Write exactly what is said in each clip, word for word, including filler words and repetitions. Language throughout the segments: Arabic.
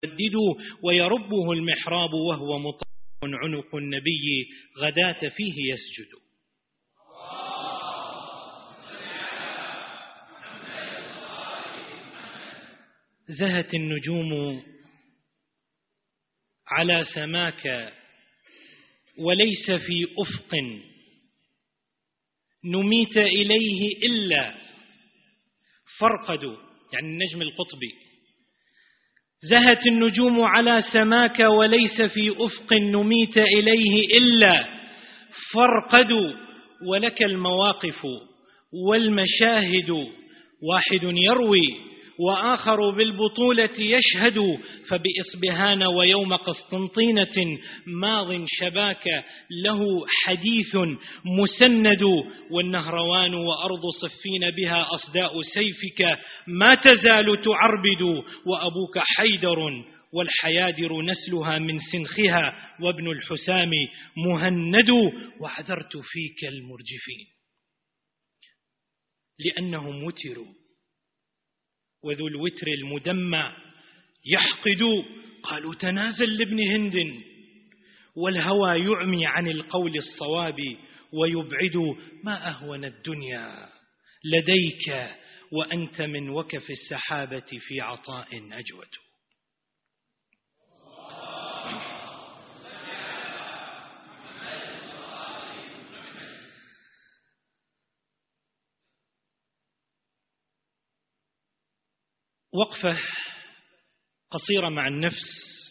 ويربه المحراب وهو مطاع عنق النبي غداة فيه يسجد. زهت النجوم على سماك وليس في أفق نميت إليه إلا فرقدوا، يعني النجم القطبي. زهت النجوم على سماك وليس في أفق نميت إليه إلا فرقدوا، ولك المواقف والمشاهد واحد يروي وآخر بالبطولة يشهد، فبإصبهان ويوم قسطنطينة ماض شباك له حديث مسند، والنهروان وأرض صفين بها أصداء سيفك ما تزال تعربد، وأبوك حيدر والحيادر نسلها من سنخها، وابن الحسام مهند، وعذرت فيك المرجفين لأنهم وتروا، وذو الوتر المدمع يحقد. قالوا تنازل لابن هند، والهوى يعمي عن القول الصواب ويبعد. ما أهون الدنيا لديك وأنت من وكف السحابة في عطاء أجود. وقفة قصيرة مع النفس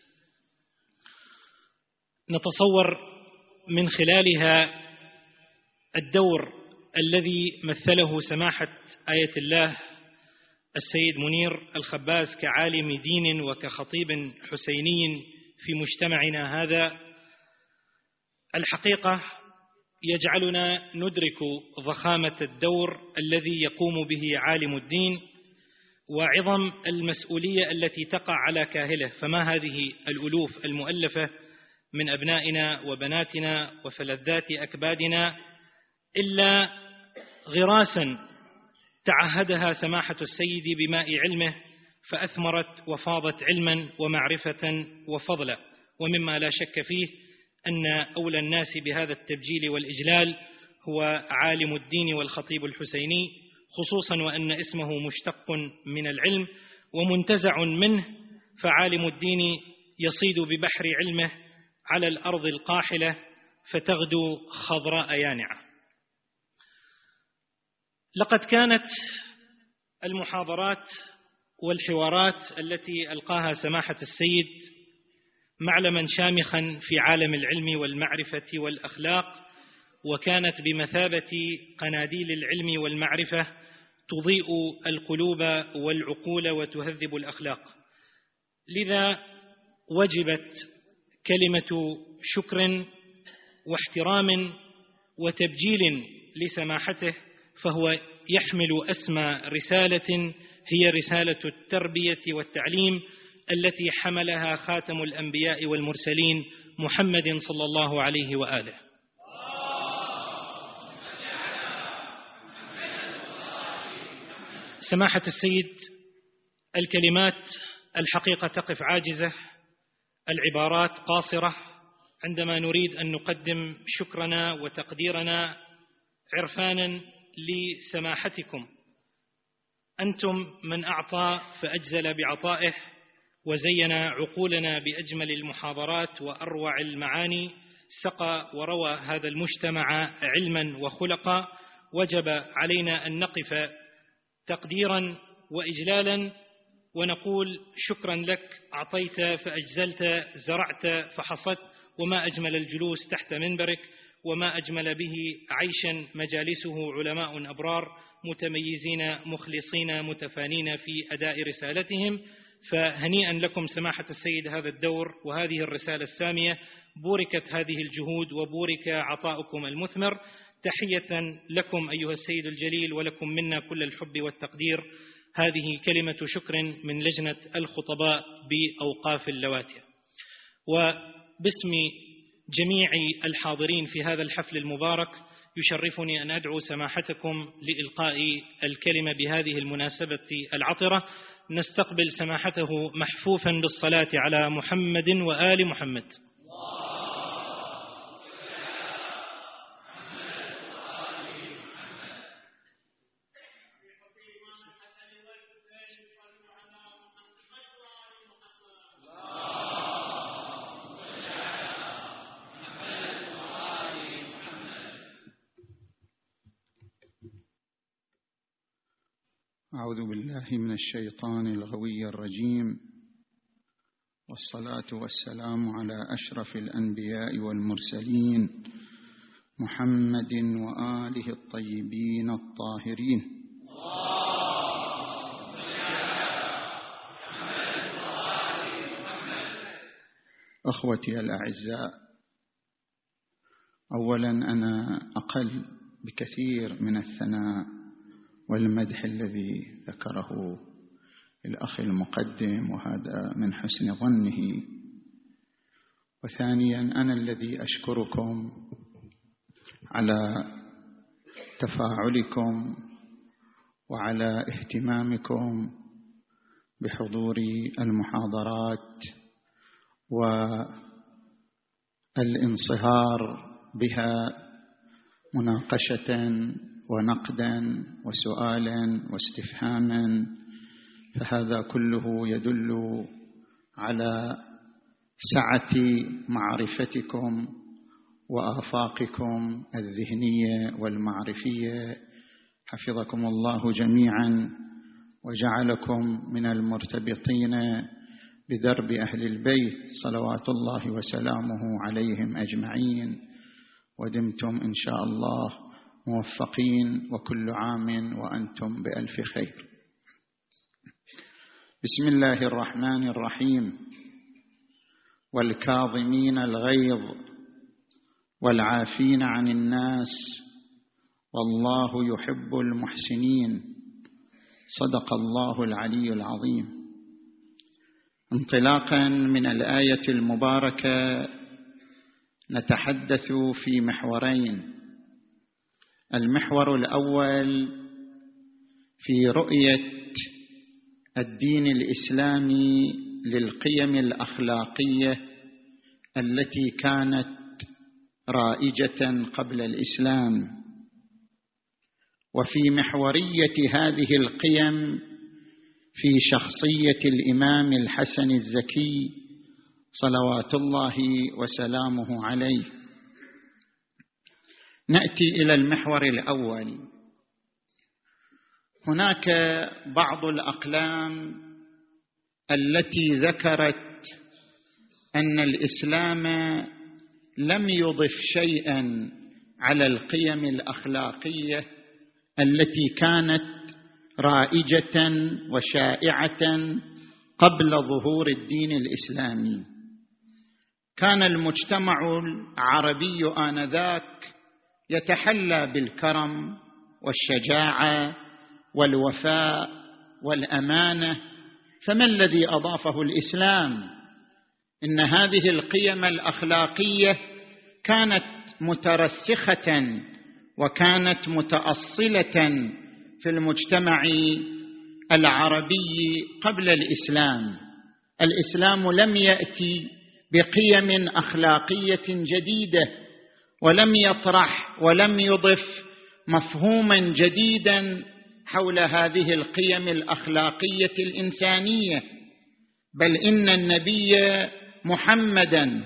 نتصور من خلالها الدور الذي مثله سماحة آية الله السيد منير الخباز كعالم دين وكخطيب حسيني في مجتمعنا هذا. الحقيقة يجعلنا ندرك ضخامة الدور الذي يقوم به عالم الدين وعظم المسؤولية التي تقع على كاهله. فما هذه الألوف المؤلفة من أبنائنا وبناتنا وفلذات أكبادنا إلا غراسا تعهدها سماحة السيد بماء علمه، فأثمرت وفاضت علما ومعرفة وفضلا. ومما لا شك فيه أن أولى الناس بهذا التبجيل والإجلال هو عالم الدين والخطيب الحسيني، خصوصا وأن اسمه مشتق من العلم ومنتزع منه، فعالم الدين يصيد ببحر علمه على الأرض القاحلة فتغدو خضراء يانعة. لقد كانت المحاضرات والحوارات التي ألقاها سماحة السيد معلما شامخا في عالم العلم والمعرفة والأخلاق، وكانت بمثابة قناديل العلم والمعرفة تضيء القلوب والعقول وتهذب الأخلاق. لذا وجبت كلمة شكر واحترام وتبجيل لسماحته، فهو يحمل أسمى رسالة هي رسالة التربية والتعليم التي حملها خاتم الأنبياء والمرسلين محمد صلى الله عليه وآله. سماحة السيد، الكلمات الحقيقة تقف عاجزة، العبارات قاصرة عندما نريد أن نقدم شكرنا وتقديرنا عرفانا لسماحتكم. أنتم من أعطى فأجزل بعطائه وزين عقولنا بأجمل المحاضرات وأروع المعاني، سقى وروى هذا المجتمع علما وخلقا. وجب علينا أن نقف تقديرا وإجلالا ونقول شكرا لك، أعطيت فأجزلت، زرعت فحصدت، وما أجمل الجلوس تحت منبرك، وما أجمل به عيشا مجالسه علماء أبرار متميزين مخلصين متفانين في أداء رسالتهم. فهنيئا لكم سماحة السيد هذا الدور وهذه الرسالة السامية، بوركت هذه الجهود وبورك عطاؤكم المثمر. تحية لكم أيها السيد الجليل، ولكم منا كل الحب والتقدير. هذه كلمة شكر من لجنة الخطباء بأوقاف اللواتية. وباسم جميع الحاضرين في هذا الحفل المبارك يشرفني أن أدعو سماحتكم لإلقاء الكلمة بهذه المناسبة العطرة. نستقبل سماحته محفوفا بالصلاة على محمد وآل محمد. أعوذ بالله من الشيطان الغوي الرجيم، والصلاة والسلام على أشرف الأنبياء والمرسلين محمد وآله الطيبين الطاهرين. أخوتي الأعزاء، أولا أنا أقل بكثير من الثناء والمدح الذي ذكره الأخ المقدم، وهذا من حسن ظنه. وثانيا أنا الذي أشكركم على تفاعلكم وعلى اهتمامكم بحضور المحاضرات والانصهار بها مناقشة ونقدا وسؤالا واستفهاما، فهذا كله يدل على سعة معرفتكم وآفاقكم الذهنية والمعرفية. حفظكم الله جميعا وجعلكم من المرتبطين بدرب أهل البيت صلوات الله وسلامه عليهم أجمعين، ودمتم إن شاء الله موفقين، وكل عام وأنتم بألف خير. بسم الله الرحمن الرحيم. والكاظمين الغيظ والعافين عن الناس والله يحب المحسنين. صدق الله العلي العظيم. انطلاقا من الآية المباركة نتحدث في محورين. المحور الأول في رؤية الدين الإسلامي للقيم الأخلاقية التي كانت رائجة قبل الإسلام، وفي محورية هذه القيم في شخصية الإمام الحسن الزكي صلوات الله وسلامه عليه. نأتي إلى المحور الأول. هناك بعض الأقلام التي ذكرت أن الإسلام لم يضف شيئا على القيم الأخلاقية التي كانت رائجة وشائعة قبل ظهور الدين الإسلامي. كان المجتمع العربي آنذاك يتحلى بالكرم والشجاعة والوفاء والأمانة، فما الذي أضافه الإسلام؟ إن هذه القيم الأخلاقية كانت مترسخة وكانت متأصلة في المجتمع العربي قبل الإسلام. الإسلام لم يأتي بقيم أخلاقية جديدة، ولم يطرح ولم يضف مفهوما جديدا حول هذه القيم الأخلاقية الإنسانية، بل إن النبي محمدا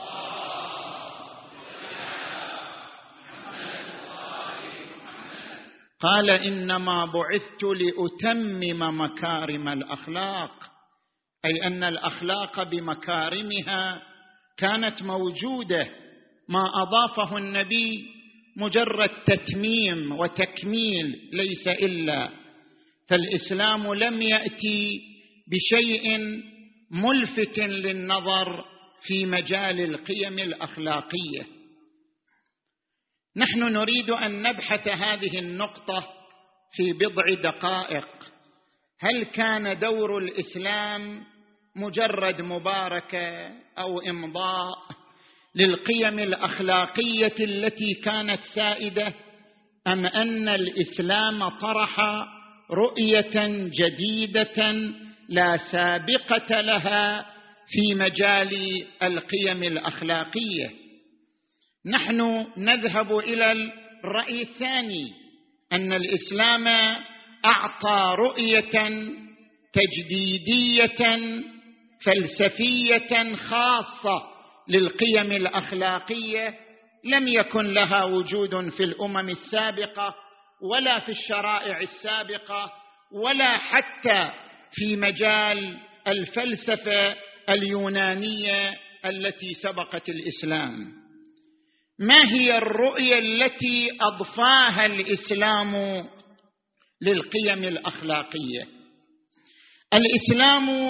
قال إنما بعثت لأتمم مكارم الأخلاق، أي أن الأخلاق بمكارمها كانت موجودة. ما أضافه النبي مجرد تتميم وتكميل ليس إلا. فالإسلام لم يأتي بشيء ملفت للنظر في مجال القيم الأخلاقية. نحن نريد أن نبحث هذه النقطة في بضع دقائق. هل كان دور الإسلام مجرد مباركة أو إمضاء للقيم الأخلاقية التي كانت سائدة، أم أن الإسلام طرح رؤية جديدة لا سابقة لها في مجال القيم الأخلاقية. نحن نذهب إلى الرأي الثاني، أن الإسلام أعطى رؤية تجديدية فلسفية خاصة للقيم الأخلاقية لم يكن لها وجود في الأمم السابقة ولا في الشرائع السابقة ولا حتى في مجال الفلسفة اليونانية التي سبقت الإسلام. ما هي الرؤية التي أضفاها الإسلام للقيم الأخلاقية؟ الإسلام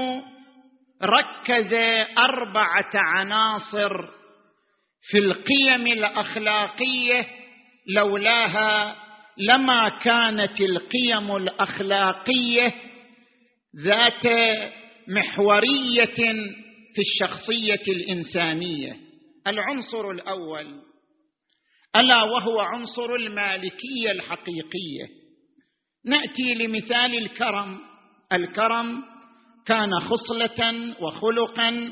ركز أربعة عناصر في القيم الأخلاقية لولاها لما كانت القيم الأخلاقية ذات محورية في الشخصية الإنسانية. العنصر الأول ألا وهو عنصر المالكية الحقيقية. نأتي لمثال الكرم. الكرم كان خصلة وخلقا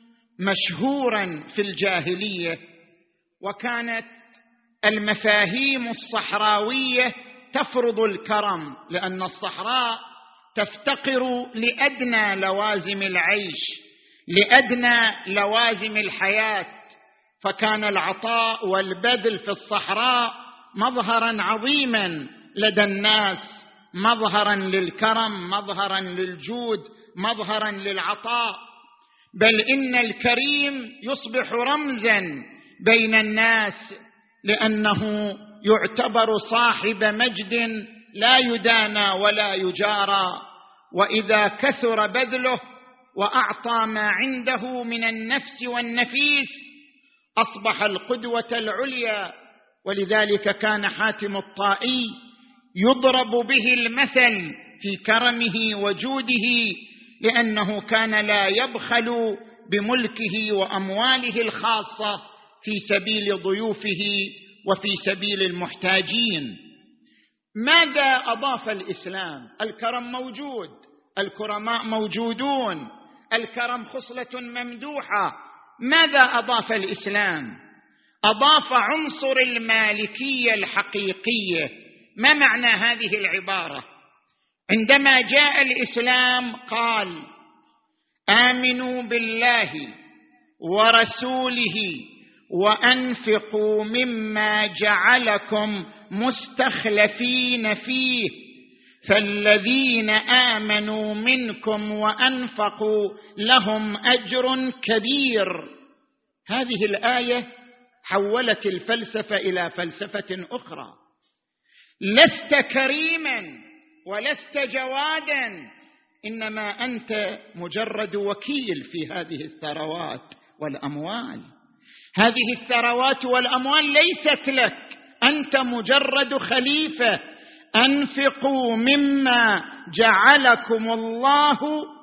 مشهورا في الجاهلية، وكانت المفاهيم الصحراوية تفرض الكرم، لأن الصحراء تفتقر لأدنى لوازم العيش، لأدنى لوازم الحياة، فكان العطاء والبذل في الصحراء مظهرا عظيما لدى الناس، مظهرا للكرم، مظهرا للجود، مظهرا للعطاء. بل إن الكريم يصبح رمزا بين الناس، لأنه يعتبر صاحب مجد لا يدانى ولا يجارى، وإذا كثر بذله وأعطى ما عنده من النفس والنفيس أصبح القدوة العليا. ولذلك كان حاتم الطائي يضرب به المثل في كرمه وجوده، لأنه كان لا يبخل بملكه وأمواله الخاصة في سبيل ضيوفه وفي سبيل المحتاجين. ماذا أضاف الإسلام؟ الكرم موجود، الكرماء موجودون، الكرم خصلة ممدوحة. ماذا أضاف الإسلام؟ أضاف عنصر المالكية الحقيقية. ما معنى هذه العبارة؟ عندما جاء الإسلام قال: آمنوا بالله ورسوله وأنفقوا مما جعلكم مستخلفين فيه فالذين آمنوا منكم وأنفقوا لهم أجر كبير. هذه الآية حولت الفلسفة إلى فلسفة أخرى. لست كريما ولست جوادا، إنما أنت مجرد وكيل في هذه الثروات والأموال. هذه الثروات والأموال ليست لك، أنت مجرد خليفة. أنفقوا مما جعلكم الله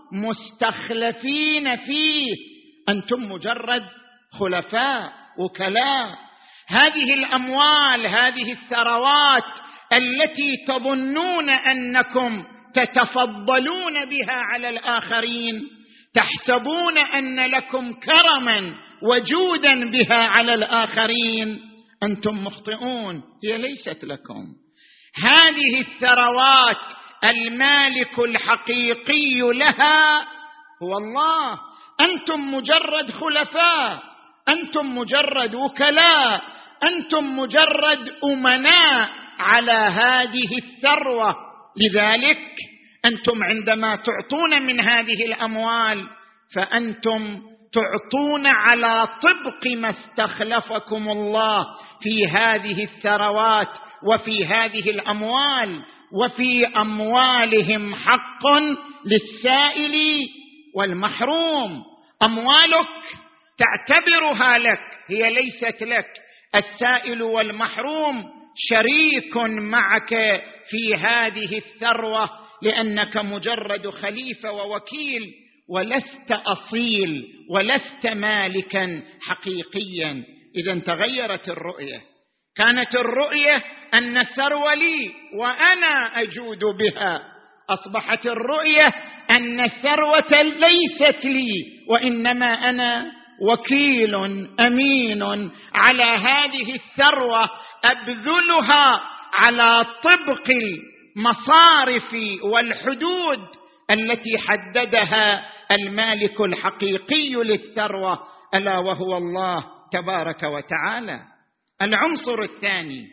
مستخلفين فيه، أنتم مجرد خلفاء وكلاء. هذه الأموال، هذه الثروات التي تظنون أنكم تتفضلون بها على الآخرين، تحسبون أن لكم كرما وجودا بها على الآخرين، أنتم مخطئون، هي ليست لكم. هذه الثروات المالك الحقيقي لها هو الله. أنتم مجرد خلفاء، أنتم مجرد وكلاء، أنتم مجرد أمناء على هذه الثروة. لذلك أنتم عندما تعطون من هذه الأموال فأنتم تعطون على طبق ما استخلفكم الله في هذه الثروات وفي هذه الأموال. وفي أموالهم حق للسائل والمحروم. أموالك تعتبرها لك، هي ليست لك. السائل والمحروم شريك معك في هذه الثروة، لأنك مجرد خليفة ووكيل، ولست أصيل ولست مالكا حقيقيا. إذا تغيرت الرؤية. كانت الرؤية أن الثروة لي وأنا أجود بها، أصبحت الرؤية أن الثروة ليست لي، وإنما أنا وكيل أمين على هذه الثروة أبذلها على طبق المصارف والحدود التي حددها المالك الحقيقي للثروة، ألا وهو الله تبارك وتعالى. العنصر الثاني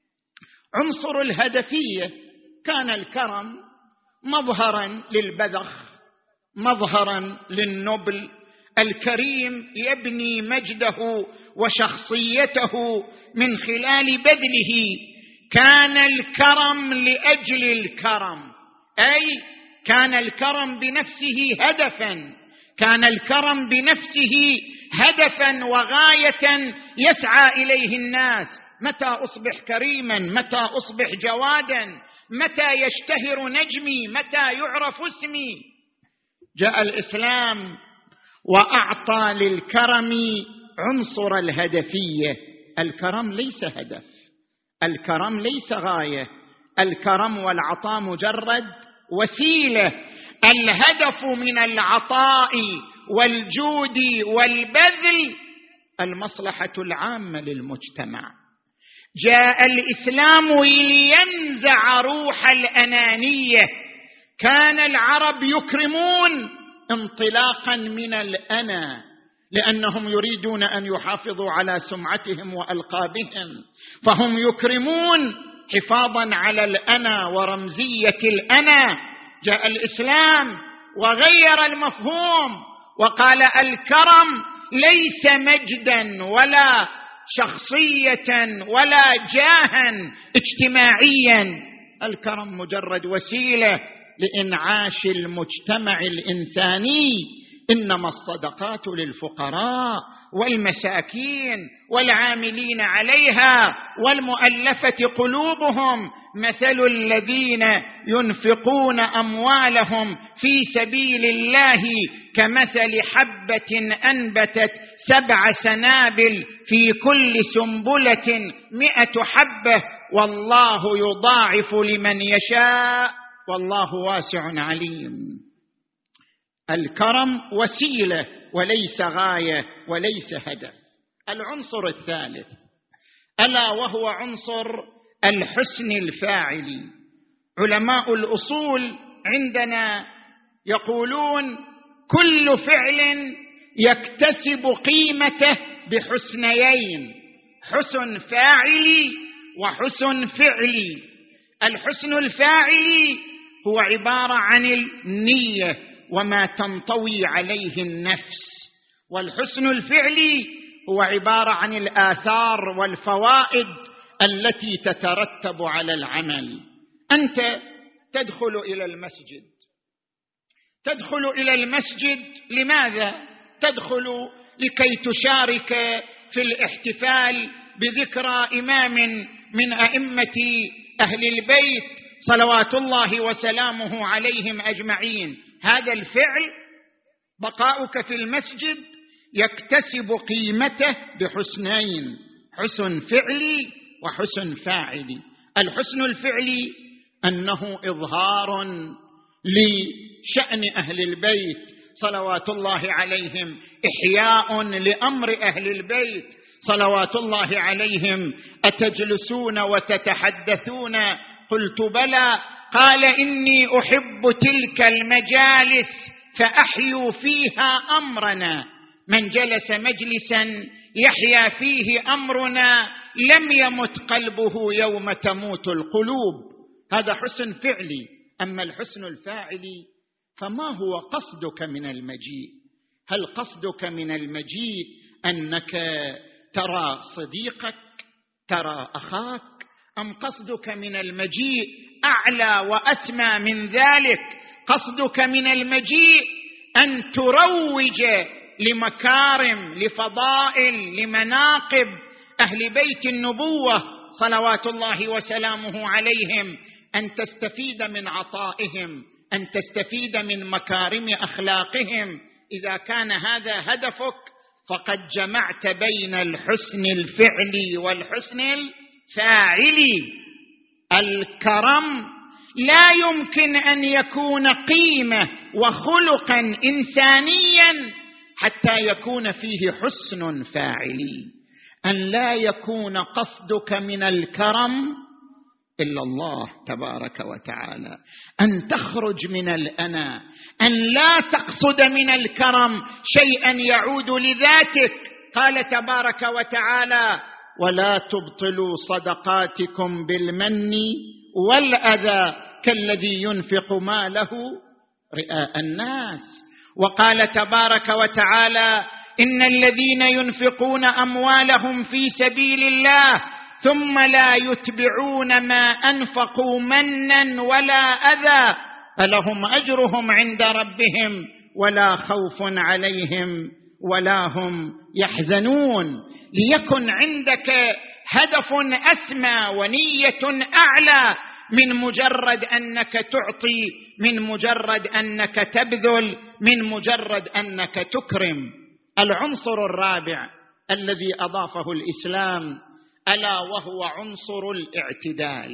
عنصر الهدفية. كان الكرم مظهرا للبذخ، مظهرا للنبل. الكريم يبني مجده وشخصيته من خلال بذله. كان الكرم لأجل الكرم، أي كان الكرم بنفسه هدفا، كان الكرم بنفسه هدفا وغاية يسعى إليه الناس. متى أصبح كريما؟ متى أصبح جوادا؟ متى يشتهر نجمي؟ متى يعرف اسمي؟ جاء الإسلام وأعطى للكرم عنصر الهدفية. الكرم ليس هدف، الكرم ليس غاية، الكرم والعطاء مجرد وسيلة. الهدف من العطاء والجود والبذل المصلحة العامة للمجتمع. جاء الإسلام لينزع روح الأنانية. كان العرب يكرمون انطلاقا من الأنا، لأنهم يريدون أن يحافظوا على سمعتهم وألقابهم، فهم يكرمون حفاظا على الأنا ورمزية الأنا. جاء الإسلام وغير المفهوم وقال الكرم ليس مجدا ولا شخصية ولا جاها اجتماعيا، الكرم مجرد وسيلة لإنعاش المجتمع الإنساني. إنما الصدقات للفقراء والمساكين والعاملين عليها والمؤلفة قلوبهم، مثل الذين ينفقون أموالهم في سبيل الله كمثل حبة أنبتت سبع سنابل في كل سنبلة مئة حبة والله يضاعف لمن يشاء والله واسع عليم. الكرم وسيلة وليس غاية وليس هدف. العنصر الثالث ألا وهو عنصر الحسن الفاعلي. علماء الأصول عندنا يقولون كل فعل يكتسب قيمته بحسنيين: حسن فاعلي وحسن فعلي. الحسن الفاعلي هو عبارة عن النية وما تنطوي عليه النفس، والحسن الفعلي هو عبارة عن الآثار والفوائد التي تترتب على العمل. أنت تدخل إلى المسجد، تدخل إلى المسجد لماذا؟ تدخل لكي تشارك في الاحتفال بذكرى إمام من أئمة أهل البيت صلوات الله وسلامه عليهم أجمعين. هذا الفعل بقاؤك في المسجد يكتسب قيمته بحسنين: حسن فعلي وحسن فاعلي. الحسن الفعلي أنه إظهار لشأن أهل البيت صلوات الله عليهم، إحياء لأمر أهل البيت صلوات الله عليهم. أتجلسون وتتحدثون؟ قلت بلى. قال إني أحب تلك المجالس فأحيوا فيها أمرنا. من جلس مجلسا يحيا فيه أمرنا لم يمت قلبه يوم تموت القلوب. هذا حسن فعلي. أما الحسن الفاعلي فما هو قصدك من المجيء؟ هل قصدك من المجيء أنك ترى صديقك، ترى أخاك، أم قصدك من المجيء أعلى وأسمى من ذلك؟ قصدك من المجيء أن تروج لمكارم، لفضائل، لمناقب أهل بيت النبوة صلوات الله وسلامه عليهم، أن تستفيد من عطائهم، أن تستفيد من مكارم أخلاقهم. إذا كان هذا هدفك فقد جمعت بين الحسن الفعلي والحسن الفاعلي. الكرم لا يمكن أن يكون قيمة وخلقا إنسانيا حتى يكون فيه حسن فاعلي، أن لا يكون قصدك من الكرم إلا الله تبارك وتعالى، أن تخرج من الأنا، أن لا تقصد من الكرم شيئا يعود لذاتك. قال تبارك وتعالى: ولا تبطلوا صدقاتكم بالمن والأذى كالذي ينفق ماله رئاء الناس. وقال تبارك وتعالى: إن الذين ينفقون أموالهم في سبيل الله ثم لا يتبعون ما أنفقوا منا ولا أذى فلهم أجرهم عند ربهم ولا خوف عليهم ولا هم يحزنون. ليكن عندك هدف أسمى ونية أعلى من مجرد أنك تعطي، من مجرد أنك تبذل، من مجرد أنك تكرم. العنصر الرابع الذي أضافه الإسلام ألا وهو عنصر الاعتدال.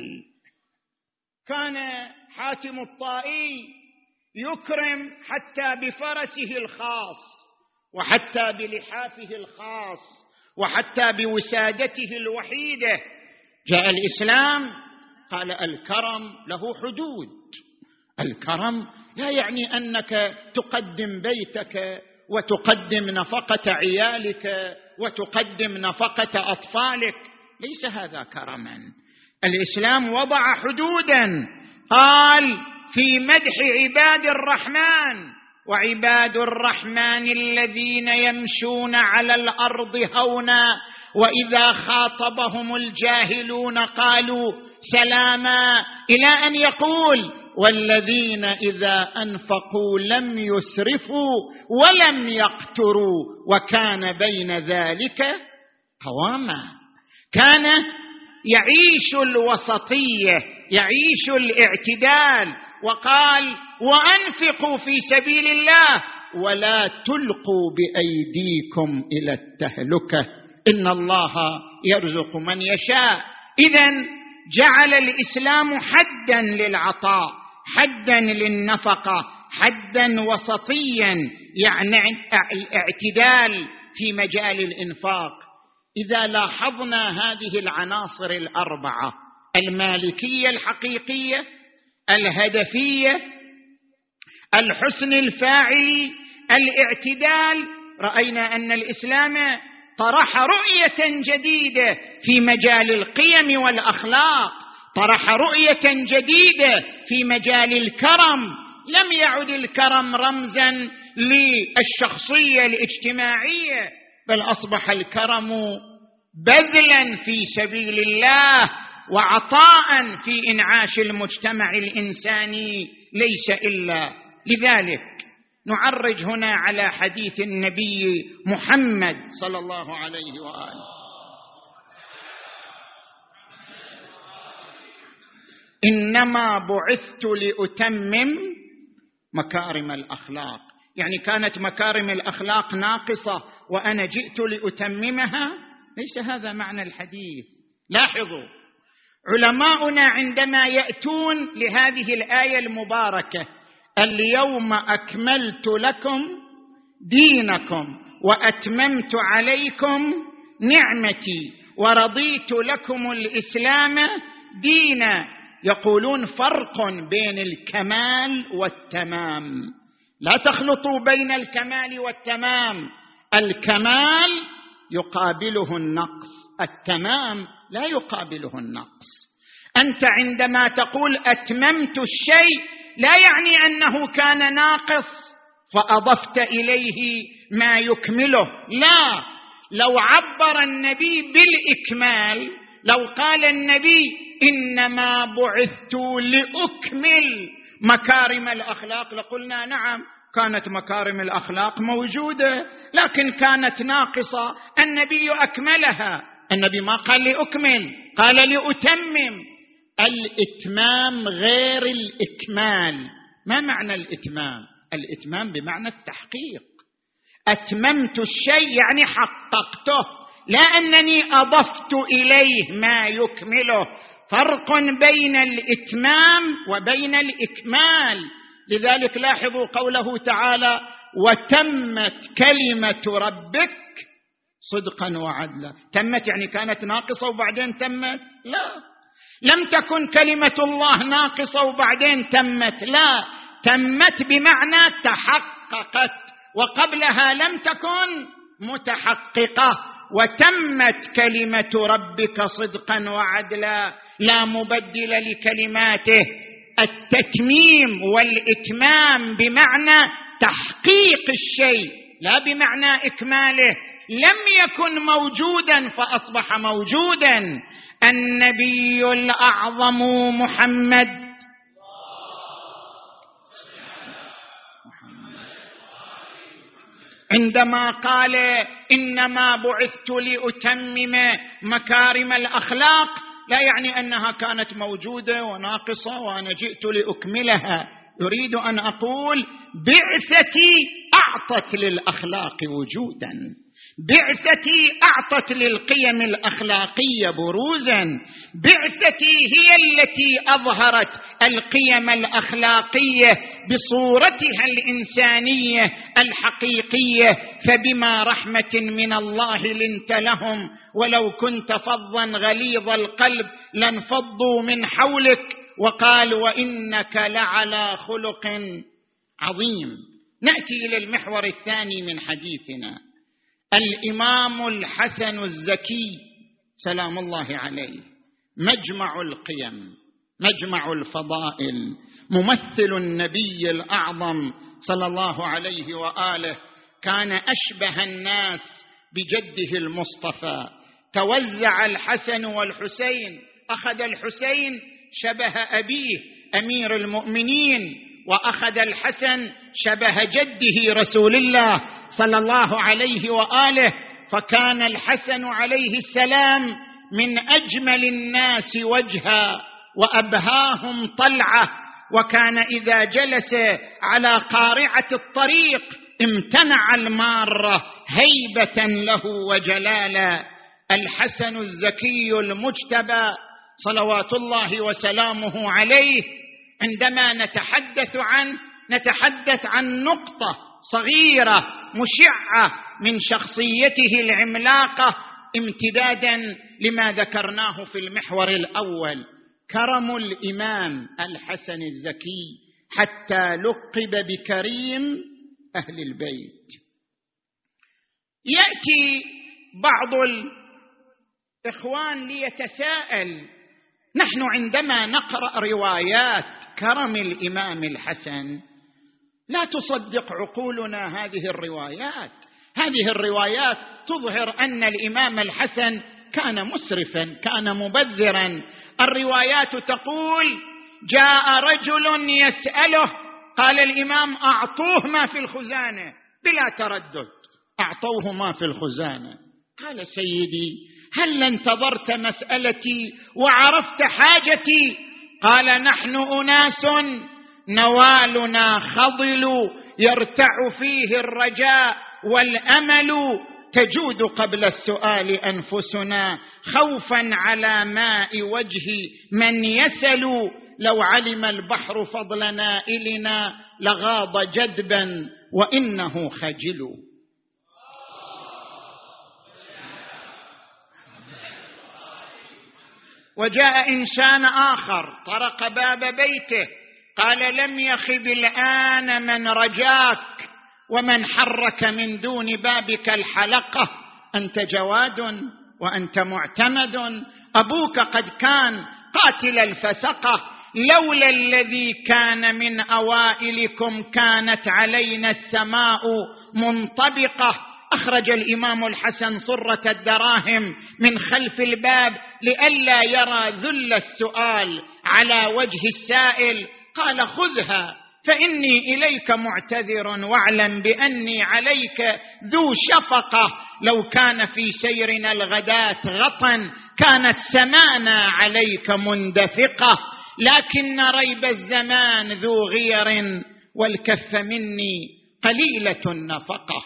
كان حاتم الطائي يكرم حتى بفرسه الخاص، وحتى بلحافه الخاص، وحتى بوسادته الوحيدة. جاء الإسلام قال: الكرم له حدود. الكرم لا يعني أنك تقدم بيتك وتقدم نفقة عيالك وتقدم نفقة أطفالك، ليس هذا كرما. الإسلام وضع حدودا، قال في مدح عباد الرحمن: وعباد الرحمن الذين يمشون على الأرض هونا وإذا خاطبهم الجاهلون قالوا سلاما، إلى أن يقول: والذين إذا أنفقوا لم يسرفوا ولم يقتروا وكان بين ذلك قواما. كان يعيش الوسطية، يعيش الاعتدال. وقال: وأنفقوا في سبيل الله ولا تلقوا بأيديكم إلى التهلكة إن الله يرزق من يشاء. إذن جعل الإسلام حدا للعطاء، حدا للنفقة، حدا وسطيا، يعني الاعتدال في مجال الإنفاق. إذا لاحظنا هذه العناصر الأربعة: المالكية الحقيقية، الهدفية، الحسن الفاعلي، الاعتدال، رأينا أن الإسلام طرح رؤية جديدة في مجال القيم والأخلاق، طرح رؤية جديدة في مجال الكرم. لم يعد الكرم رمزا للشخصية الاجتماعية، بل أصبح الكرم بذلا في سبيل الله وعطاء في إنعاش المجتمع الإنساني، ليس إلا لذلك. نعرج هنا على حديث النبي محمد صلى الله عليه وآله: إنما بعثت لأتمم مكارم الأخلاق. يعني كانت مكارم الأخلاق ناقصة وأنا جئت لأتممها؟ ليس هذا معنى الحديث. لاحظوا علماؤنا عندما يأتون لهذه الآية المباركة: اليوم أكملت لكم دينكم وأتممت عليكم نعمتي ورضيت لكم الإسلام دينا، يقولون فرق بين الكمال والتمام. لا تخلطوا بين الكمال والتمام. الكمال يقابله النقص، التمام لا يقابله النقص. أنت عندما تقول أتممت الشيء لا يعني أنه كان ناقص فأضفت إليه ما يكمله، لا. لو عبر النبي بالإكمال، لو قال النبي إنما بعثت لأكمل مكارم الأخلاق، لقلنا نعم، كانت مكارم الأخلاق موجودة لكن كانت ناقصة، النبي أكملها. النبي ما قال لأكمل، قال لأتمم. الإتمام غير الإكمال. ما معنى الإتمام؟ الإتمام بمعنى التحقيق. أتممت الشيء يعني حققته، لا أنني أضفت إليه ما يكمله. فرق بين الإتمام وبين الإكمال. لذلك لاحظوا قوله تعالى: وتمت كلمة ربك صدقا وعدلا. تمت يعني كانت ناقصة وبعدين تمت؟ لا، لم تكن كلمة الله ناقصة وبعدين تمت، لا، تمت بمعنى تحققت، وقبلها لم تكن متحققة. وتمت كلمة ربك صدقا وعدلا، لا مبدل لكلماته. التتميم والإتمام بمعنى تحقيق الشيء لا بمعنى إكماله. لم يكن موجودا فأصبح موجودا. النبي الأعظم محمد عندما قال: إنما بعثت لأتمم مكارم الأخلاق، لا يعني أنها كانت موجودة وناقصة وأنا جئت لأكملها. يريد أن أقول: بعثتي أعطت للأخلاق وجودا، بعثتي أعطت للقيم الأخلاقية بروزا، بعثتي هي التي أظهرت القيم الأخلاقية بصورتها الإنسانية الحقيقية. فبما رحمة من الله لنت لهم ولو كنت فظا غليظ القلب لانفضوا من حولك. وقال: وإنك لعلى خلق عظيم. نأتي إلى المحور الثاني من حديثنا. الإمام الحسن الزكي سلام الله عليه، مجمع القيم، مجمع الفضائل، ممثل النبي الأعظم صلى الله عليه وآله. كان أشبه الناس بجده المصطفى. توزع الحسن والحسين، أخذ الحسين شبه أبيه أمير المؤمنين، وأخذ الحسن شبه جده رسول الله صلى الله عليه وآله. فكان الحسن عليه السلام من أجمل الناس وجها وأبهاهم طلعة، وكان إذا جلس على قارعة الطريق امتنع المارة هيبة له وجلالا. الحسن الزكي المجتبى صلوات الله وسلامه عليه، عندما نتحدث عنه نتحدث عن نقطة صغيرة مشعة من شخصيته العملاقة، امتدادا لما ذكرناه في المحور الأول. كرم الإمام الحسن الزكي حتى لقب بكريم أهل البيت. يأتي بعض الإخوان ليتساءل: نحن عندما نقرأ روايات كرم الإمام الحسن لا تصدق عقولنا هذه الروايات. هذه الروايات تظهر أن الإمام الحسن كان مسرفا، كان مبذرا. الروايات تقول: جاء رجل يسأله، قال الإمام: أعطوه ما في الخزانة، بلا تردد أعطوه ما في الخزانة. قال: سيدي، هل انتظرت مسألتي وعرفت حاجتي؟ قال: نحن أناس نوالنا خضل يرتع فيه الرجاء والأمل، تجود قبل السؤال أنفسنا خوفا على ماء وجه من يسل، لو علم البحر فضل نائلنا لغاض جدبا وإنه خجل. وجاء إنسان آخر طرق باب بيته، قال: لم يخب الآن من رجاك ومن حرك من دون بابك الحلقة، أنت جواد وأنت معتمد، أبوك قد كان قاتل الفسقة، لولا الذي كان من أوائلكم كانت علينا السماء منطبقة. أخرج الإمام الحسن صرة الدراهم من خلف الباب لئلا يرى ذل السؤال على وجه السائل. قال: خذها فإني إليك معتذر، واعلم بأني عليك ذو شفقة، لو كان في سيرنا الغداة غطا كانت سمانا عليك مندفقة، لكن ريب الزمان ذو غير والكف مني قليلة النفقة.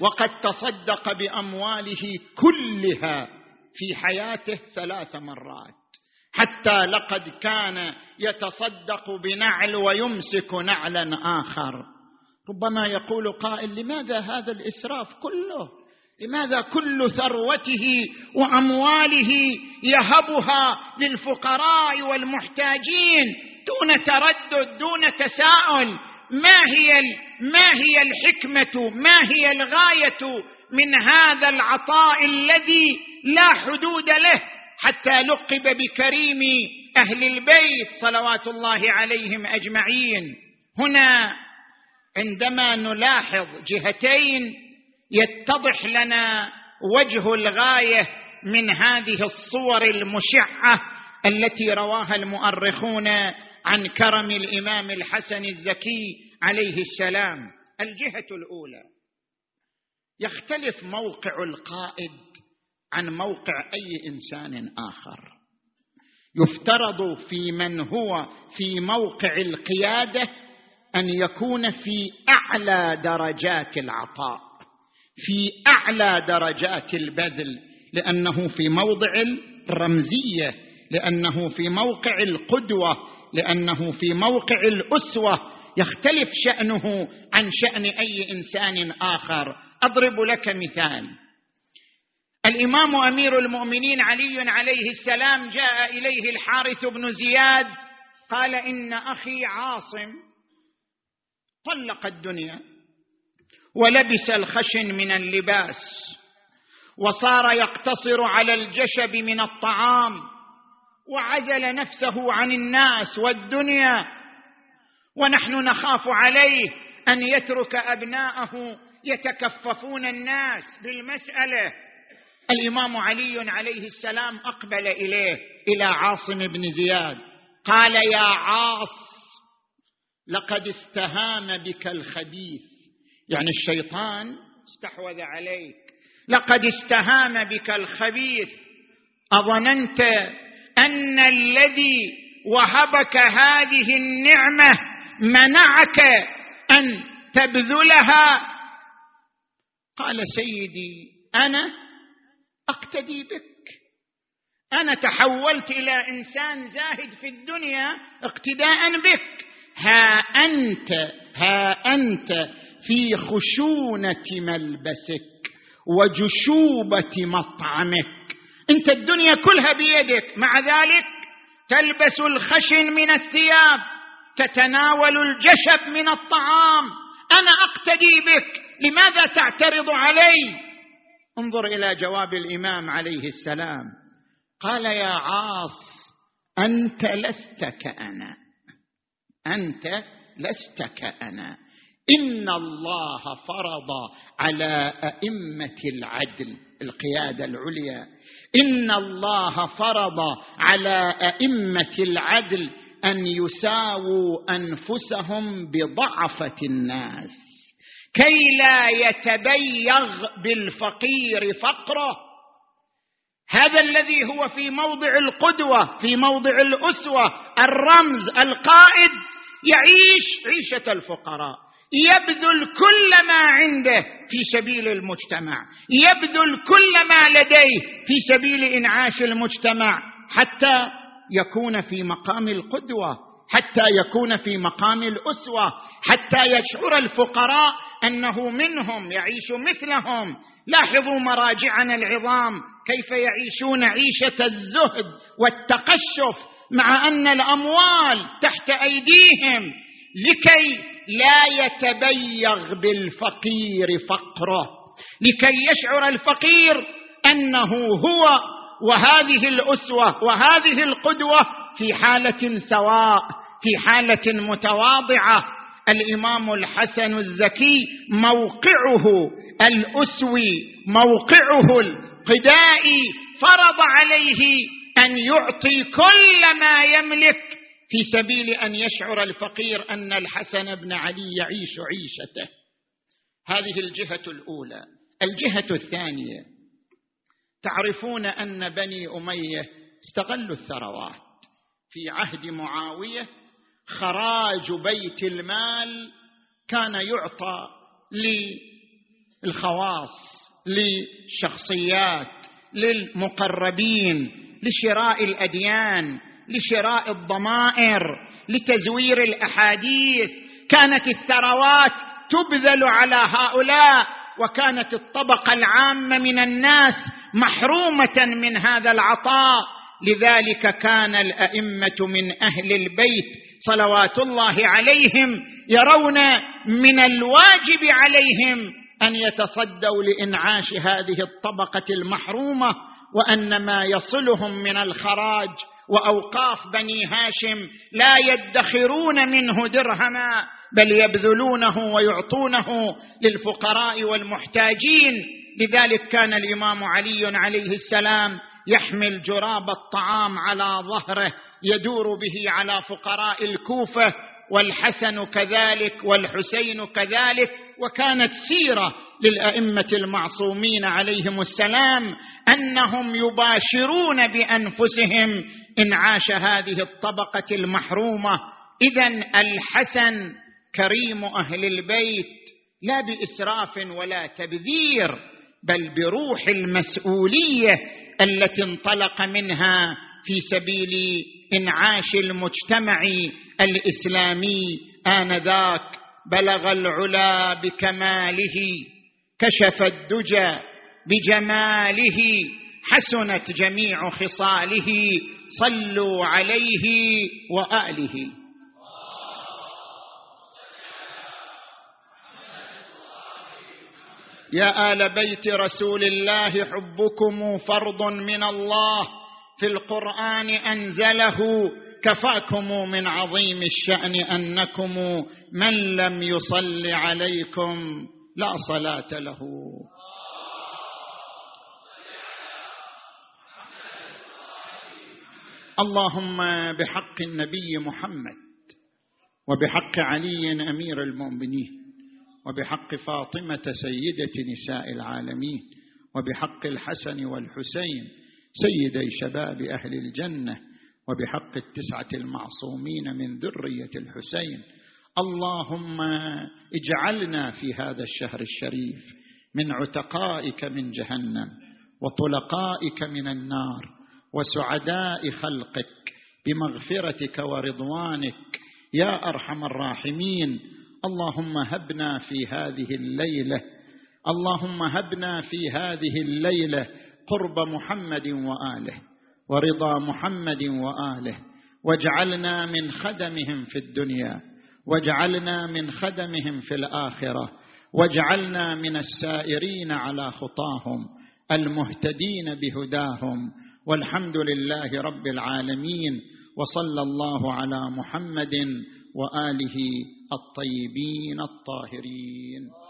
وقد تصدق بأمواله كلها في حياته ثلاث مرات، حتى لقد كان يتصدق بنعل ويمسك نعلا آخر. ربما يقول قائل: لماذا هذا الإسراف كله؟ لماذا كل ثروته وأمواله يهبها للفقراء والمحتاجين دون تردد، دون تساؤل؟ ما هي ما هي الحكمة، ما هي الغاية من هذا العطاء الذي لا حدود له، حتى لقب بكريم أهل البيت صلوات الله عليهم أجمعين؟ هنا عندما نلاحظ جهتين يتضح لنا وجه الغاية من هذه الصور المشعة التي رواها المؤرخون عن كرم الإمام الحسن الزكي عليه السلام. الجهة الأولى: يختلف موقع القائد عن موقع أي إنسان آخر. يفترض في من هو في موقع القيادة أن يكون في أعلى درجات العطاء، في أعلى درجات البذل، لأنه في موضع الرمزية، لأنه في موقع القدوة، لأنه في موقع الأسوة. يختلف شأنه عن شأن أي إنسان آخر. أضرب لك مثال: الإمام أمير المؤمنين علي عليه السلام جاء إليه الحارث بن زياد قال: إن أخي عاصم طلق الدنيا ولبس الخشن من اللباس وصار يقتصر على الجشب من الطعام وعزل نفسه عن الناس والدنيا، ونحن نخاف عليه أن يترك أبناءه يتكففون الناس بالمسألة. الإمام علي عليه السلام أقبل إليه إلى عاصم بن زياد قال: يا عاص، لقد استهام بك الخبيث، يعني الشيطان استحوذ عليك، لقد استهام بك الخبيث. أظننت أن الذي وهبك هذه النعمة منعك أن تبذلها؟ قال: سيدي، أنا أقتدي بك، أنا تحولت إلى إنسان زاهد في الدنيا اقتداء بك. ها أنت ها أنت في خشونة ملبسك وجشوبة مطعمك، أنت الدنيا كلها بيدك، مع ذلك تلبس الخشن من الثياب، تتناول الجشب من الطعام. أنا أقتدي بك، لماذا تعترض علي؟ انظر إلى جواب الإمام عليه السلام. قال: يا عاص، أنت لست كأنا، أنت لست كأنا. إن الله فرض على أئمة العدل، القيادة العليا، إن الله فرض على أئمة العدل أن يساووا أنفسهم بضعفة الناس كي لا يتبيغ بالفقير فقره. هذا الذي هو في موضع القدوة، في موضع الأسوة، الرمز، القائد، يعيش عيشة الفقراء، يبذل كل ما عنده في سبيل المجتمع، يبذل كل ما لديه في سبيل إنعاش المجتمع، حتى يكون في مقام القدوة، حتى يكون في مقام الأسوة، حتى يشعر الفقراء أنه منهم، يعيش مثلهم. لاحظوا مراجعنا العظام كيف يعيشون عيشة الزهد والتقشف مع أن الأموال تحت أيديهم، لكي لا يتبيغ بالفقير فقره، لكي يشعر الفقير أنه هو وهذه الأسوة وهذه القدوة في حالة سواء، في حالة متواضعة. الإمام الحسن الزكي موقعه الأسوي، موقعه القدائي، فرض عليه أن يعطي كل ما يملك في سبيل أن يشعر الفقير أن الحسن بن علي يعيش عيشته. هذه الجهة الأولى. الجهة الثانية: تعرفون أن بني أمية استغلوا الثروات. في عهد معاوية خراج بيت المال كان يعطى للخواص، للشخصيات، للمقربين، لشراء الأديان، لشراء الضمائر، لتزوير الأحاديث. كانت الثروات تبذل على هؤلاء، وكانت الطبقة العامة من الناس محرومة من هذا العطاء. لذلك كان الأئمة من أهل البيت صلوات الله عليهم يرون من الواجب عليهم أن يتصدوا لإنعاش هذه الطبقة المحرومة، وأن ما يصلهم من الخراج وأوقاف بني هاشم لا يدخرون منه درهما، بل يبذلونه ويعطونه للفقراء والمحتاجين. لذلك كان الإمام علي عليه السلام يحمل جراب الطعام على ظهره يدور به على فقراء الكوفة، والحسن كذلك والحسين كذلك. وكانت سيرة للأئمة المعصومين عليهم السلام أنهم يباشرون بأنفسهم إنعاش هذه الطبقة المحرومة. إذن الحسن كريم أهل البيت لا بإسراف ولا تبذير، بل بروح المسؤولية التي انطلق منها في سبيل إنعاش المجتمع الإسلامي آنذاك. بلغ العلا بكماله، كشف الدجى بجماله، حسنت جميع خصاله، صلوا عليه وآله. يا آل بيت رسول الله حبكم فرض من الله، في القرآن أنزله، كفاكم من عظيم الشأن أنكم من لم يصل عليكم لا صلاة له. اللهم بحق النبي محمد، وبحق علي أمير المؤمنين، وبحق فاطمة سيدة نساء العالمين، وبحق الحسن والحسين سيدي شباب أهل الجنة، وبحق التسعة المعصومين من ذرية الحسين. اللهم اجعلنا في هذا الشهر الشريف من عتقائك من جهنم، وطلقائك من النار، وسعداء خلقك بمغفرتك ورضوانك يا أرحم الراحمين. اللهم هبنا في هذه الليلة اللهم هبنا في هذه الليلة قرب محمد وآله، ورضا محمد وآله، واجعلنا من خدمهم في الدنيا، واجعلنا من خدمهم في الآخرة، واجعلنا من السائرين على خطاهم المهتدين بهداهم. والحمد لله رب العالمين، وصلى الله على محمد وآله الطيبين الطاهرين.